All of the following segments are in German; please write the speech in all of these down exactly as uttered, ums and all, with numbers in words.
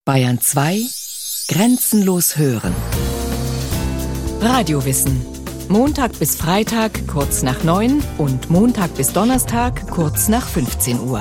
Bayern zwei Grenzenlos hören. Radiowissen. Montag bis Freitag kurz nach neun und Montag bis Donnerstag kurz nach fünfzehn Uhr.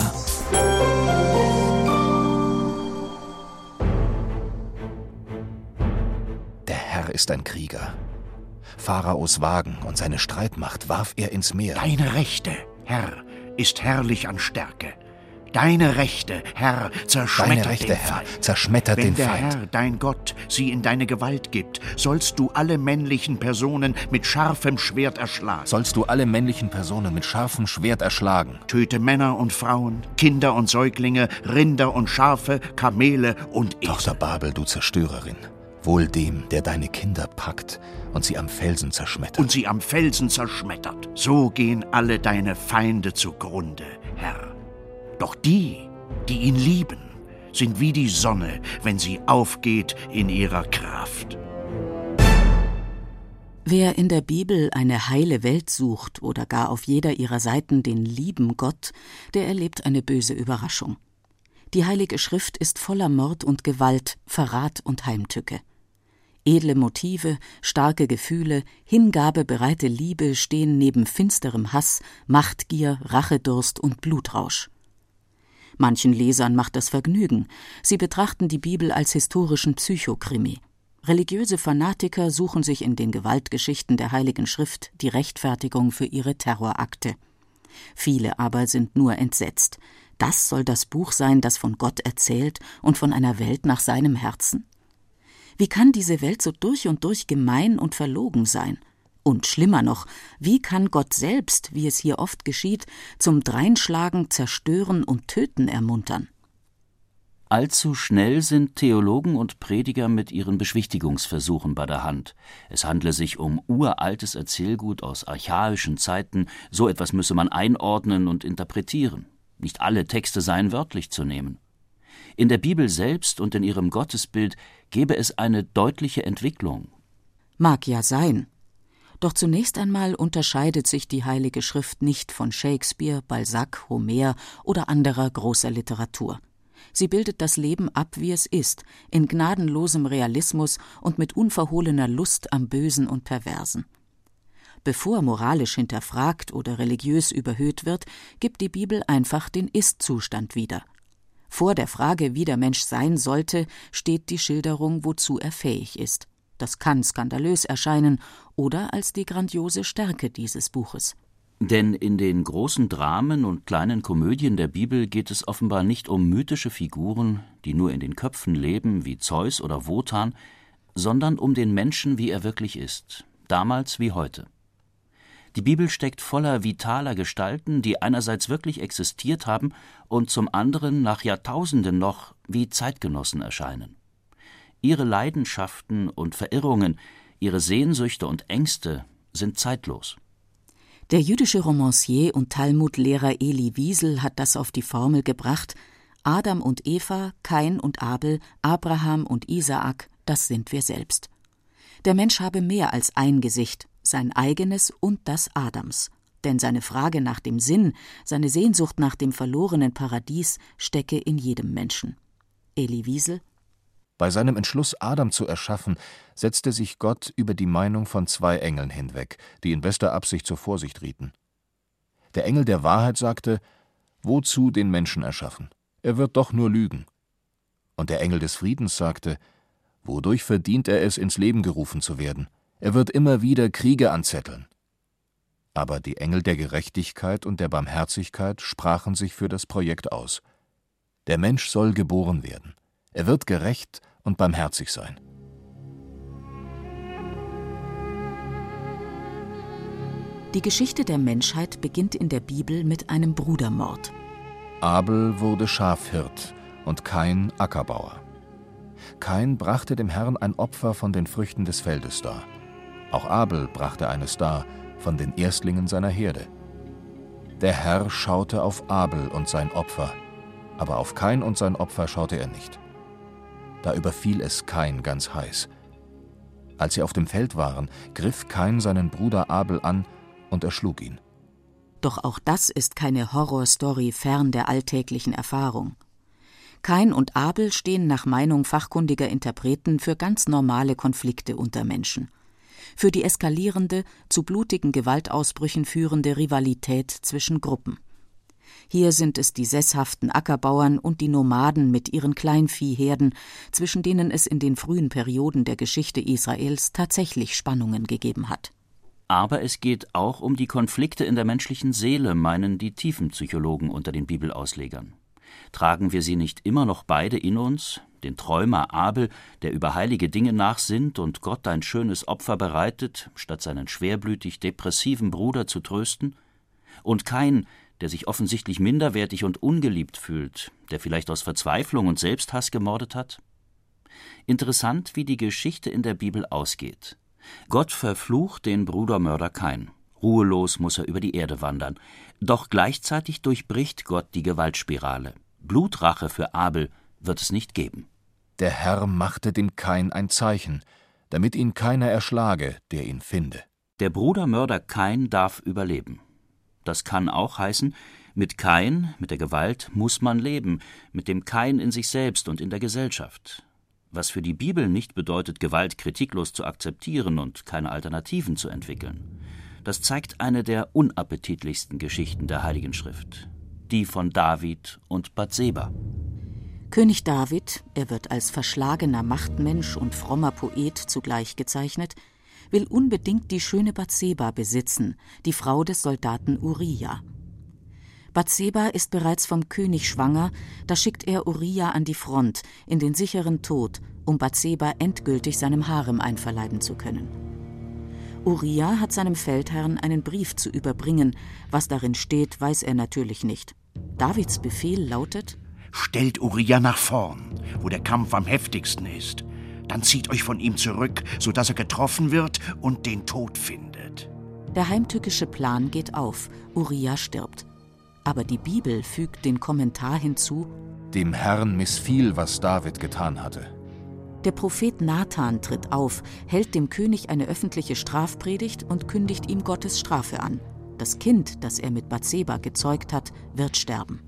Der Herr ist ein Krieger. Pharaos Wagen und seine Streitmacht warf er ins Meer. Deine Rechte, Herr, ist herrlich an Stärke. Deine Rechte, Herr, zerschmettert Deine Rechte, den Herr, Feind. zerschmettert Wenn den der Feind. Herr, dein Gott, sie in deine Gewalt gibt, sollst du alle männlichen Personen mit scharfem Schwert erschlagen. Sollst du alle männlichen Personen mit scharfem Schwert erschlagen. Töte Männer und Frauen, Kinder und Säuglinge, Rinder und Schafe, Kamele und Esel. Tochter Babel, du Zerstörerin, wohl dem, der deine Kinder packt und sie am Felsen zerschmettert. Und sie am Felsen zerschmettert. So gehen alle deine Feinde zugrunde, Herr. Doch die, die ihn lieben, sind wie die Sonne, wenn sie aufgeht in ihrer Kraft. Wer in der Bibel eine heile Welt sucht oder gar auf jeder ihrer Seiten den lieben Gott, der erlebt eine böse Überraschung. Die Heilige Schrift ist voller Mord und Gewalt, Verrat und Heimtücke. Edle Motive, starke Gefühle, hingabebereite Liebe stehen neben finsterem Hass, Machtgier, Rachedurst und Blutrausch. Manchen Lesern macht das Vergnügen. Sie betrachten die Bibel als historischen Psychokrimi. Religiöse Fanatiker suchen sich in den Gewaltgeschichten der Heiligen Schrift die Rechtfertigung für ihre Terrorakte. Viele aber sind nur entsetzt. Das soll das Buch sein, das von Gott erzählt und von einer Welt nach seinem Herzen? Wie kann diese Welt so durch und durch gemein und verlogen sein? Und schlimmer noch, wie kann Gott selbst, wie es hier oft geschieht, zum Dreinschlagen, Zerstören und Töten ermuntern? Allzu schnell sind Theologen und Prediger mit ihren Beschwichtigungsversuchen bei der Hand. Es handle sich um uraltes Erzählgut aus archaischen Zeiten, so etwas müsse man einordnen und interpretieren. Nicht alle Texte seien wörtlich zu nehmen. In der Bibel selbst und in ihrem Gottesbild gebe es eine deutliche Entwicklung. Mag ja sein. Doch zunächst einmal unterscheidet sich die Heilige Schrift nicht von Shakespeare, Balzac, Homer oder anderer großer Literatur. Sie bildet das Leben ab, wie es ist, in gnadenlosem Realismus und mit unverhohlener Lust am Bösen und Perversen. Bevor moralisch hinterfragt oder religiös überhöht wird, gibt die Bibel einfach den Ist-Zustand wieder. Vor der Frage, wie der Mensch sein sollte, steht die Schilderung, wozu er fähig ist. Das kann skandalös erscheinen oder als die grandiose Stärke dieses Buches. Denn in den großen Dramen und kleinen Komödien der Bibel geht es offenbar nicht um mythische Figuren, die nur in den Köpfen leben, wie Zeus oder Wotan, sondern um den Menschen, wie er wirklich ist, damals wie heute. Die Bibel steckt voller vitaler Gestalten, die einerseits wirklich existiert haben und zum anderen nach Jahrtausenden noch wie Zeitgenossen erscheinen. Ihre Leidenschaften und Verirrungen, ihre Sehnsüchte und Ängste sind zeitlos. Der jüdische Romancier und Talmudlehrer Elie Wiesel hat das auf die Formel gebracht: Adam und Eva, Kain und Abel, Abraham und Isaak, das sind wir selbst. Der Mensch habe mehr als ein Gesicht, sein eigenes und das Adams. Denn seine Frage nach dem Sinn, seine Sehnsucht nach dem verlorenen Paradies stecke in jedem Menschen. Elie Wiesel: Bei seinem Entschluss, Adam zu erschaffen, setzte sich Gott über die Meinung von zwei Engeln hinweg, die in bester Absicht zur Vorsicht rieten. Der Engel der Wahrheit sagte: Wozu den Menschen erschaffen? Er wird doch nur lügen. Und der Engel des Friedens sagte: Wodurch verdient er es, ins Leben gerufen zu werden? Er wird immer wieder Kriege anzetteln. Aber die Engel der Gerechtigkeit und der Barmherzigkeit sprachen sich für das Projekt aus. Der Mensch soll geboren werden. Er wird gerecht und barmherzig sein. Die Geschichte der Menschheit beginnt in der Bibel mit einem Brudermord. Abel wurde Schafhirt und Kain Ackerbauer. Kain brachte dem Herrn ein Opfer von den Früchten des Feldes dar. Auch Abel brachte eines dar von den Erstlingen seiner Herde. Der Herr schaute auf Abel und sein Opfer, aber auf Kain und sein Opfer schaute er nicht. Da überfiel es Kain ganz heiß. Als sie auf dem Feld waren, griff Kain seinen Bruder Abel an und erschlug ihn. Doch auch das ist keine Horrorstory fern der alltäglichen Erfahrung. Kain und Abel stehen nach Meinung fachkundiger Interpreten für ganz normale Konflikte unter Menschen. Für die eskalierende, zu blutigen Gewaltausbrüchen führende Rivalität zwischen Gruppen. Hier sind es die sesshaften Ackerbauern und die Nomaden mit ihren Kleinviehherden, zwischen denen es in den frühen Perioden der Geschichte Israels tatsächlich Spannungen gegeben hat. Aber es geht auch um die Konflikte in der menschlichen Seele, meinen die Tiefenpsychologen unter den Bibelauslegern. Tragen wir sie nicht immer noch beide in uns, den Träumer Abel, der über heilige Dinge nachsinnt und Gott ein schönes Opfer bereitet, statt seinen schwerblütig depressiven Bruder zu trösten, und Kain, der sich offensichtlich minderwertig und ungeliebt fühlt, der vielleicht aus Verzweiflung und Selbsthass gemordet hat? Interessant, wie die Geschichte in der Bibel ausgeht. Gott verflucht den Brudermörder Kain. Ruhelos muss er über die Erde wandern. Doch gleichzeitig durchbricht Gott die Gewaltspirale. Blutrache für Abel wird es nicht geben. Der Herr machte dem Kain ein Zeichen, damit ihn keiner erschlage, der ihn finde. Der Brudermörder Kain darf überleben. Das kann auch heißen, mit Kain, mit der Gewalt, muss man leben, mit dem Kain in sich selbst und in der Gesellschaft. Was für die Bibel nicht bedeutet, Gewalt kritiklos zu akzeptieren und keine Alternativen zu entwickeln. Das zeigt eine der unappetitlichsten Geschichten der Heiligen Schrift. Die von David und Bathseba. König David, er wird als verschlagener Machtmensch und frommer Poet zugleich gezeichnet, will unbedingt die schöne Bathseba besitzen, die Frau des Soldaten Uriah. Bathseba ist bereits vom König schwanger, da schickt er Uriah an die Front, in den sicheren Tod, um Bathseba endgültig seinem Harem einverleiben zu können. Uriah hat seinem Feldherrn einen Brief zu überbringen. Was darin steht, weiß er natürlich nicht. Davids Befehl lautet: Stellt Uriah nach vorn, wo der Kampf am heftigsten ist. Dann zieht euch von ihm zurück, sodass er getroffen wird und den Tod findet. Der heimtückische Plan geht auf. Uriah stirbt. Aber die Bibel fügt den Kommentar hinzu: Dem Herrn missfiel, was David getan hatte. Der Prophet Nathan tritt auf, hält dem König eine öffentliche Strafpredigt und kündigt ihm Gottes Strafe an. Das Kind, das er mit Bathseba gezeugt hat, wird sterben.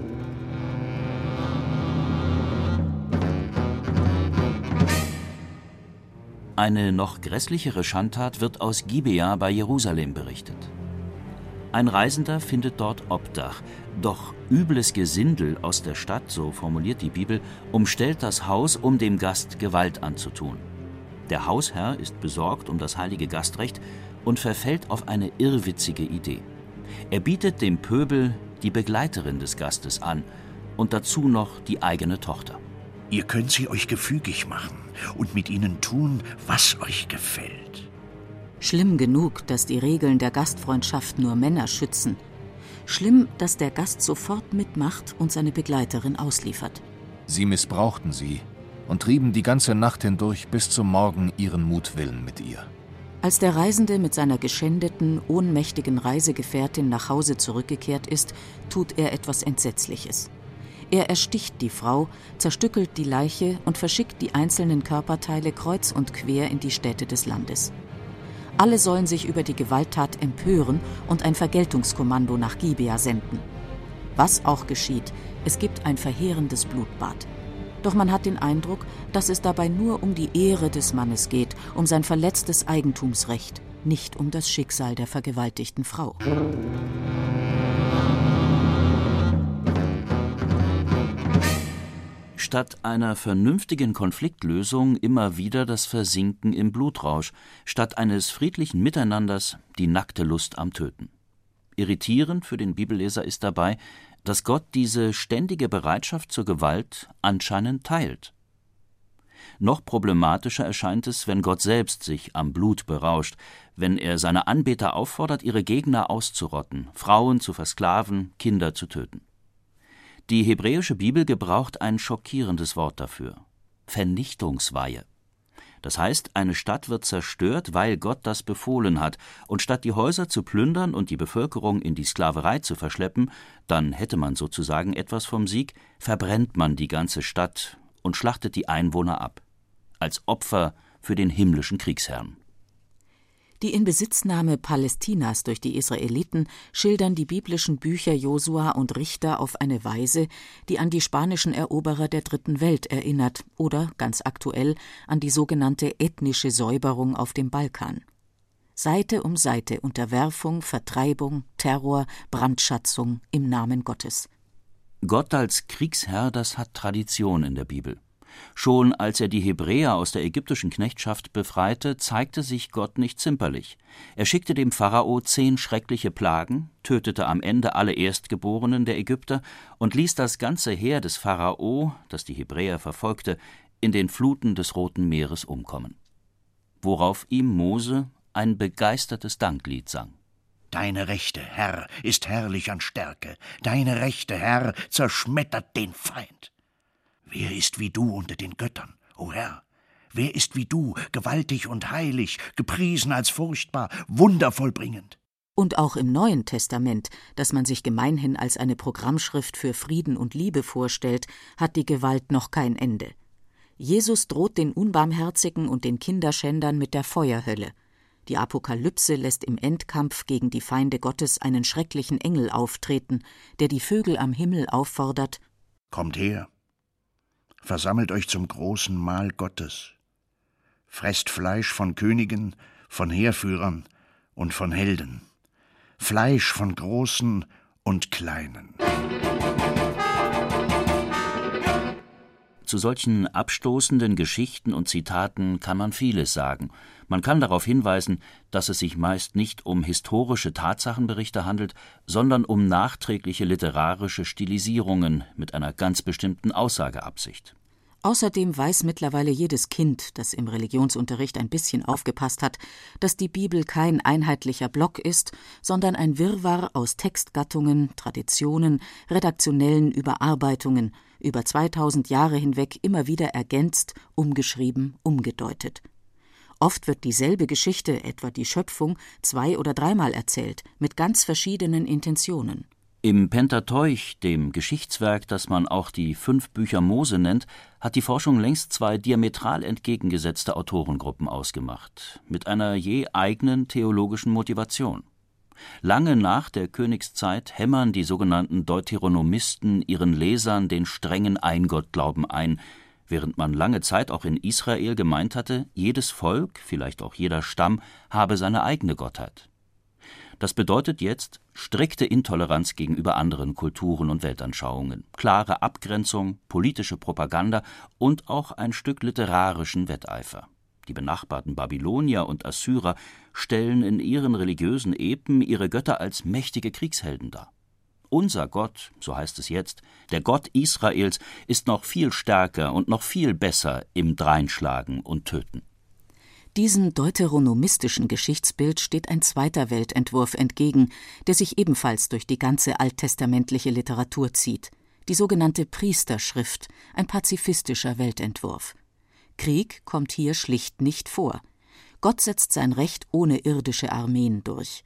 Eine noch grässlichere Schandtat wird aus Gibea bei Jerusalem berichtet. Ein Reisender findet dort Obdach, doch übles Gesindel aus der Stadt, so formuliert die Bibel, umstellt das Haus, um dem Gast Gewalt anzutun. Der Hausherr ist besorgt um das heilige Gastrecht und verfällt auf eine irrwitzige Idee. Er bietet dem Pöbel die Begleiterin des Gastes an und dazu noch die eigene Tochter. Ihr könnt sie euch gefügig machen und mit ihnen tun, was euch gefällt. Schlimm genug, dass die Regeln der Gastfreundschaft nur Männer schützen. Schlimm, dass der Gast sofort mitmacht und seine Begleiterin ausliefert. Sie missbrauchten sie und trieben die ganze Nacht hindurch bis zum Morgen ihren Mutwillen mit ihr. Als der Reisende mit seiner geschändeten, ohnmächtigen Reisegefährtin nach Hause zurückgekehrt ist, tut er etwas Entsetzliches. Er ersticht die Frau, zerstückelt die Leiche und verschickt die einzelnen Körperteile kreuz und quer in die Städte des Landes. Alle sollen sich über die Gewalttat empören und ein Vergeltungskommando nach Gibea senden. Was auch geschieht, es gibt ein verheerendes Blutbad. Doch man hat den Eindruck, dass es dabei nur um die Ehre des Mannes geht, um sein verletztes Eigentumsrecht, nicht um das Schicksal der vergewaltigten Frau. Statt einer vernünftigen Konfliktlösung immer wieder das Versinken im Blutrausch, statt eines friedlichen Miteinanders die nackte Lust am Töten. Irritierend für den Bibelleser ist dabei, dass Gott diese ständige Bereitschaft zur Gewalt anscheinend teilt. Noch problematischer erscheint es, wenn Gott selbst sich am Blut berauscht, wenn er seine Anbeter auffordert, ihre Gegner auszurotten, Frauen zu versklaven, Kinder zu töten. Die hebräische Bibel gebraucht ein schockierendes Wort dafür: Vernichtungsweihe. Das heißt, eine Stadt wird zerstört, weil Gott das befohlen hat, und statt die Häuser zu plündern und die Bevölkerung in die Sklaverei zu verschleppen, dann hätte man sozusagen etwas vom Sieg, verbrennt man die ganze Stadt und schlachtet die Einwohner ab, als Opfer für den himmlischen Kriegsherrn. Die Inbesitznahme Palästinas durch die Israeliten schildern die biblischen Bücher Josua und Richter auf eine Weise, die an die spanischen Eroberer der Dritten Welt erinnert oder, ganz aktuell, an die sogenannte ethnische Säuberung auf dem Balkan. Seite um Seite Unterwerfung, Vertreibung, Terror, Brandschatzung im Namen Gottes. Gott als Kriegsherr, das hat Tradition in der Bibel. Schon als er die Hebräer aus der ägyptischen Knechtschaft befreite, zeigte sich Gott nicht zimperlich. Er schickte dem Pharao zehn schreckliche Plagen, tötete am Ende alle Erstgeborenen der Ägypter und ließ das ganze Heer des Pharao, das die Hebräer verfolgte, in den Fluten des Roten Meeres umkommen. Worauf ihm Mose ein begeistertes Danklied sang. Deine Rechte, Herr, ist herrlich an Stärke. Deine Rechte, Herr, zerschmettert den Feind. Wer ist wie du unter den Göttern, o Herr? Wer ist wie du, gewaltig und heilig, gepriesen als furchtbar, wundervollbringend? Und auch im Neuen Testament, das man sich gemeinhin als eine Programmschrift für Frieden und Liebe vorstellt, hat die Gewalt noch kein Ende. Jesus droht den Unbarmherzigen und den Kinderschändern mit der Feuerhölle. Die Apokalypse lässt im Endkampf gegen die Feinde Gottes einen schrecklichen Engel auftreten, der die Vögel am Himmel auffordert: Kommt her, versammelt euch zum großen Mahl Gottes. Fresst Fleisch von Königen, von Heerführern und von Helden. Fleisch von Großen und Kleinen. Zu solchen abstoßenden Geschichten und Zitaten kann man vieles sagen. Man kann darauf hinweisen, dass es sich meist nicht um historische Tatsachenberichte handelt, sondern um nachträgliche literarische Stilisierungen mit einer ganz bestimmten Aussageabsicht. Außerdem weiß mittlerweile jedes Kind, das im Religionsunterricht ein bisschen aufgepasst hat, dass die Bibel kein einheitlicher Block ist, sondern ein Wirrwarr aus Textgattungen, Traditionen, redaktionellen Überarbeitungen, über zweitausend Jahre hinweg immer wieder ergänzt, umgeschrieben, umgedeutet. Oft wird dieselbe Geschichte, etwa die Schöpfung, zwei- oder dreimal erzählt, mit ganz verschiedenen Intentionen. Im Pentateuch, dem Geschichtswerk, das man auch die fünf Bücher Mose nennt, hat die Forschung längst zwei diametral entgegengesetzte Autorengruppen ausgemacht, mit einer je eigenen theologischen Motivation. Lange nach der Königszeit hämmern die sogenannten Deuteronomisten ihren Lesern den strengen Eingottglauben ein, während man lange Zeit auch in Israel gemeint hatte, jedes Volk, vielleicht auch jeder Stamm, habe seine eigene Gottheit. Das bedeutet jetzt strikte Intoleranz gegenüber anderen Kulturen und Weltanschauungen, klare Abgrenzung, politische Propaganda und auch ein Stück literarischen Wetteifer. Die benachbarten Babylonier und Assyrer stellen in ihren religiösen Epen ihre Götter als mächtige Kriegshelden dar. Unser Gott, so heißt es jetzt, der Gott Israels, ist noch viel stärker und noch viel besser im Dreinschlagen und Töten. Diesem deuteronomistischen Geschichtsbild steht ein zweiter Weltentwurf entgegen, der sich ebenfalls durch die ganze alttestamentliche Literatur zieht, die sogenannte Priesterschrift, ein pazifistischer Weltentwurf. Krieg kommt hier schlicht nicht vor. Gott setzt sein Recht ohne irdische Armeen durch.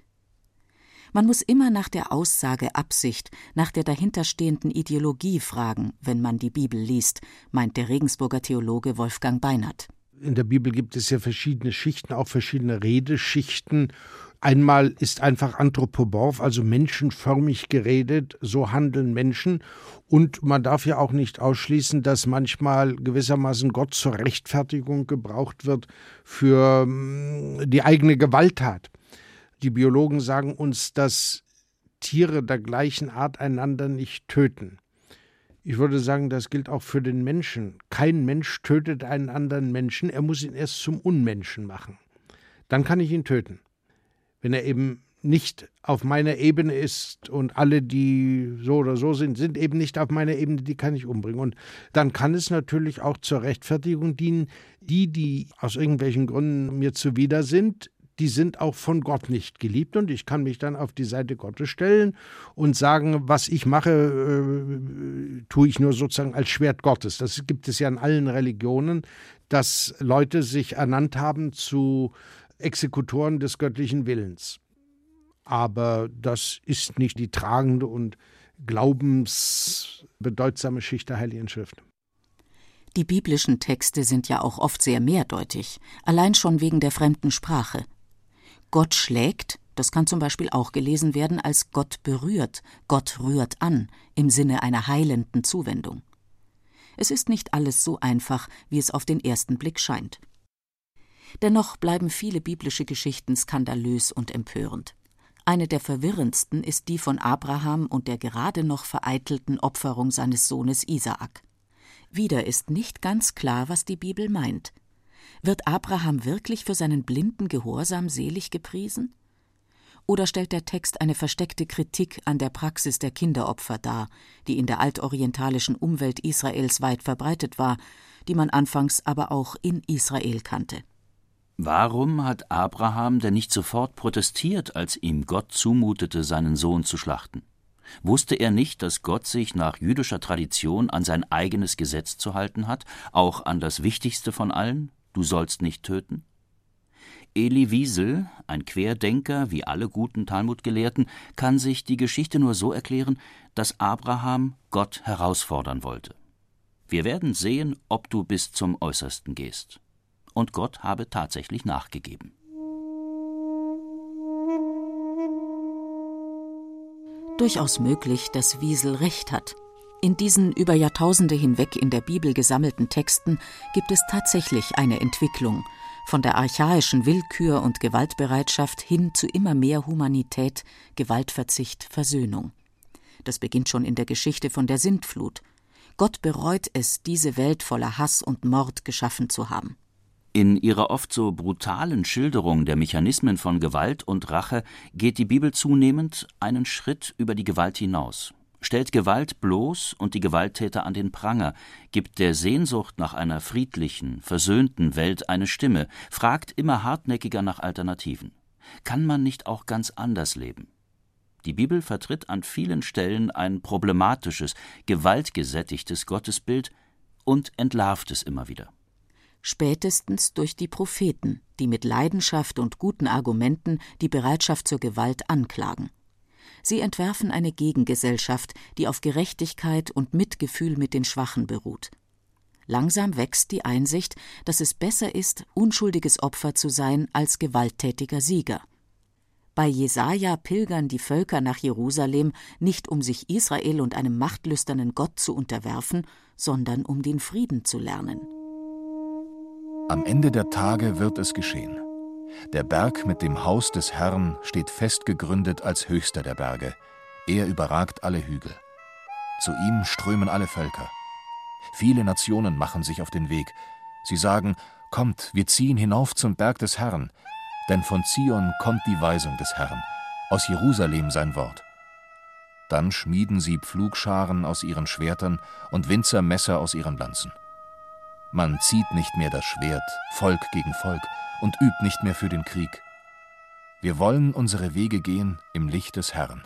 Man muss immer nach der Aussage Absicht, nach der dahinterstehenden Ideologie fragen, wenn man die Bibel liest, meint der Regensburger Theologe Wolfgang Beinert. In der Bibel gibt es ja verschiedene Schichten, auch verschiedene Redeschichten. Einmal ist einfach anthropomorph, also menschenförmig geredet, so handeln Menschen. Und man darf ja auch nicht ausschließen, dass manchmal gewissermaßen Gott zur Rechtfertigung gebraucht wird für die eigene Gewalttat. Die Biologen sagen uns, dass Tiere der gleichen Art einander nicht töten. Ich würde sagen, das gilt auch für den Menschen. Kein Mensch tötet einen anderen Menschen, er muss ihn erst zum Unmenschen machen. Dann kann ich ihn töten. Wenn er eben nicht auf meiner Ebene ist und alle, die so oder so sind, sind eben nicht auf meiner Ebene, die kann ich umbringen. Und dann kann es natürlich auch zur Rechtfertigung dienen. Die, die aus irgendwelchen Gründen mir zuwider sind, die sind auch von Gott nicht geliebt und ich kann mich dann auf die Seite Gottes stellen und sagen, was ich mache, äh, tue ich nur sozusagen als Schwert Gottes. Das gibt es ja in allen Religionen, dass Leute sich ernannt haben zu Exekutoren des göttlichen Willens. Aber das ist nicht die tragende und glaubensbedeutsame Schicht der Heiligen Schrift. Die biblischen Texte sind ja auch oft sehr mehrdeutig, allein schon wegen der fremden Sprache. Gott schlägt, das kann zum Beispiel auch gelesen werden als Gott berührt, Gott rührt an, im Sinne einer heilenden Zuwendung. Es ist nicht alles so einfach, wie es auf den ersten Blick scheint. Dennoch bleiben viele biblische Geschichten skandalös und empörend. Eine der verwirrendsten ist die von Abraham und der gerade noch vereitelten Opferung seines Sohnes Isaak. Wieder ist nicht ganz klar, was die Bibel meint. Wird Abraham wirklich für seinen blinden Gehorsam selig gepriesen? Oder stellt der Text eine versteckte Kritik an der Praxis der Kinderopfer dar, die in der altorientalischen Umwelt Israels weit verbreitet war, die man anfangs aber auch in Israel kannte? Warum hat Abraham denn nicht sofort protestiert, als ihm Gott zumutete, seinen Sohn zu schlachten? Wusste er nicht, dass Gott sich nach jüdischer Tradition an sein eigenes Gesetz zu halten hat, auch an das wichtigste von allen: Du sollst nicht töten? Elie Wiesel, ein Querdenker wie alle guten Talmudgelehrten, kann sich die Geschichte nur so erklären, dass Abraham Gott herausfordern wollte. Wir werden sehen, ob du bis zum Äußersten gehst. Und Gott habe tatsächlich nachgegeben. Durchaus möglich, dass Wiesel recht hat. In diesen über Jahrtausende hinweg in der Bibel gesammelten Texten gibt es tatsächlich eine Entwicklung von der archaischen Willkür und Gewaltbereitschaft hin zu immer mehr Humanität, Gewaltverzicht, Versöhnung. Das beginnt schon in der Geschichte von der Sintflut. Gott bereut es, diese Welt voller Hass und Mord geschaffen zu haben. In ihrer oft so brutalen Schilderung der Mechanismen von Gewalt und Rache geht die Bibel zunehmend einen Schritt über die Gewalt hinaus, stellt Gewalt bloß und die Gewalttäter an den Pranger, gibt der Sehnsucht nach einer friedlichen, versöhnten Welt eine Stimme, fragt immer hartnäckiger nach Alternativen. Kann man nicht auch ganz anders leben? Die Bibel vertritt an vielen Stellen ein problematisches, gewaltgesättigtes Gottesbild und entlarvt es immer wieder. Spätestens durch die Propheten, die mit Leidenschaft und guten Argumenten die Bereitschaft zur Gewalt anklagen. Sie entwerfen eine Gegengesellschaft, die auf Gerechtigkeit und Mitgefühl mit den Schwachen beruht. Langsam wächst die Einsicht, dass es besser ist, unschuldiges Opfer zu sein als gewalttätiger Sieger. Bei Jesaja pilgern die Völker nach Jerusalem nicht, um sich Israel und einem machtlüsternen Gott zu unterwerfen, sondern um den Frieden zu lernen. Am Ende der Tage wird es geschehen. Der Berg mit dem Haus des Herrn steht fest gegründet als höchster der Berge. Er überragt alle Hügel. Zu ihm strömen alle Völker. Viele Nationen machen sich auf den Weg. Sie sagen: Kommt, wir ziehen hinauf zum Berg des Herrn. Denn von Zion kommt die Weisung des Herrn, aus Jerusalem sein Wort. Dann schmieden sie Pflugscharen aus ihren Schwertern und Winzermesser aus ihren Lanzen. Man zieht nicht mehr das Schwert, Volk gegen Volk, und übt nicht mehr für den Krieg. Wir wollen unsere Wege gehen im Licht des Herrn.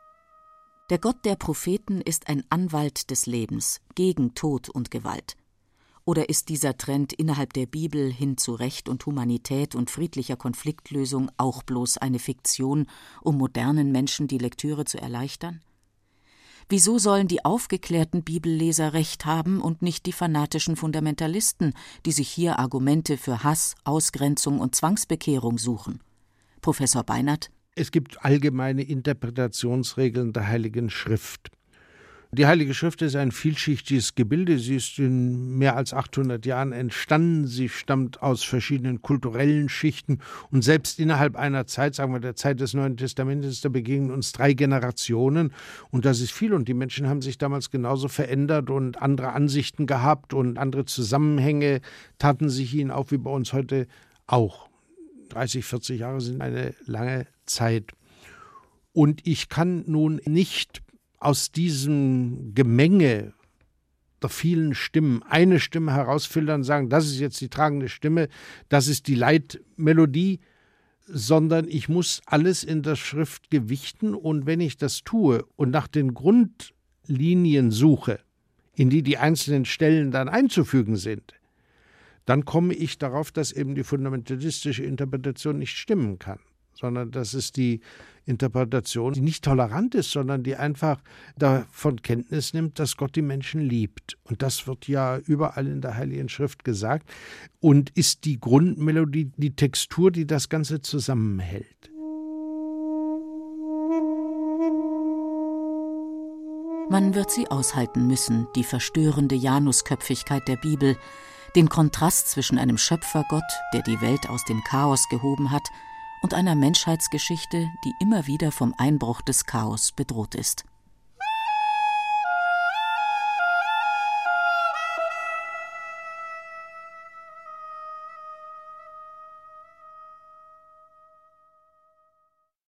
Der Gott der Propheten ist ein Anwalt des Lebens, gegen Tod und Gewalt. Oder ist dieser Trend innerhalb der Bibel hin zu Recht und Humanität und friedlicher Konfliktlösung auch bloß eine Fiktion, um modernen Menschen die Lektüre zu erleichtern? Wieso sollen die aufgeklärten Bibelleser Recht haben und nicht die fanatischen Fundamentalisten, die sich hier Argumente für Hass, Ausgrenzung und Zwangsbekehrung suchen? Professor Beinert: Es gibt allgemeine Interpretationsregeln der Heiligen Schrift. Die Heilige Schrift ist ein vielschichtiges Gebilde. Sie ist in mehr als achthundert Jahren entstanden. Sie stammt aus verschiedenen kulturellen Schichten. Und selbst innerhalb einer Zeit, sagen wir der Zeit des Neuen Testamentes, da begegnen uns drei Generationen. Und das ist viel. Und die Menschen haben sich damals genauso verändert und andere Ansichten gehabt und andere Zusammenhänge taten sich ihnen auf wie bei uns heute auch. dreißig, vierzig Jahre sind eine lange Zeit. Und ich kann nun nicht aus diesem Gemenge der vielen Stimmen eine Stimme herausfiltern und sagen, das ist jetzt die tragende Stimme, das ist die Leitmelodie, sondern ich muss alles in der Schrift gewichten. Und wenn ich das tue und nach den Grundlinien suche, in die die einzelnen Stellen dann einzufügen sind, dann komme ich darauf, dass eben die fundamentalistische Interpretation nicht stimmen kann. sondern das ist die Interpretation, die nicht tolerant ist, sondern die einfach davon Kenntnis nimmt, dass Gott die Menschen liebt. Und das wird ja überall in der Heiligen Schrift gesagt und ist die Grundmelodie, die Textur, die das Ganze zusammenhält. Man wird sie aushalten müssen, die verstörende Janusköpfigkeit der Bibel, den Kontrast zwischen einem Schöpfergott, der die Welt aus dem Chaos gehoben hat, und einer Menschheitsgeschichte, die immer wieder vom Einbruch des Chaos bedroht ist.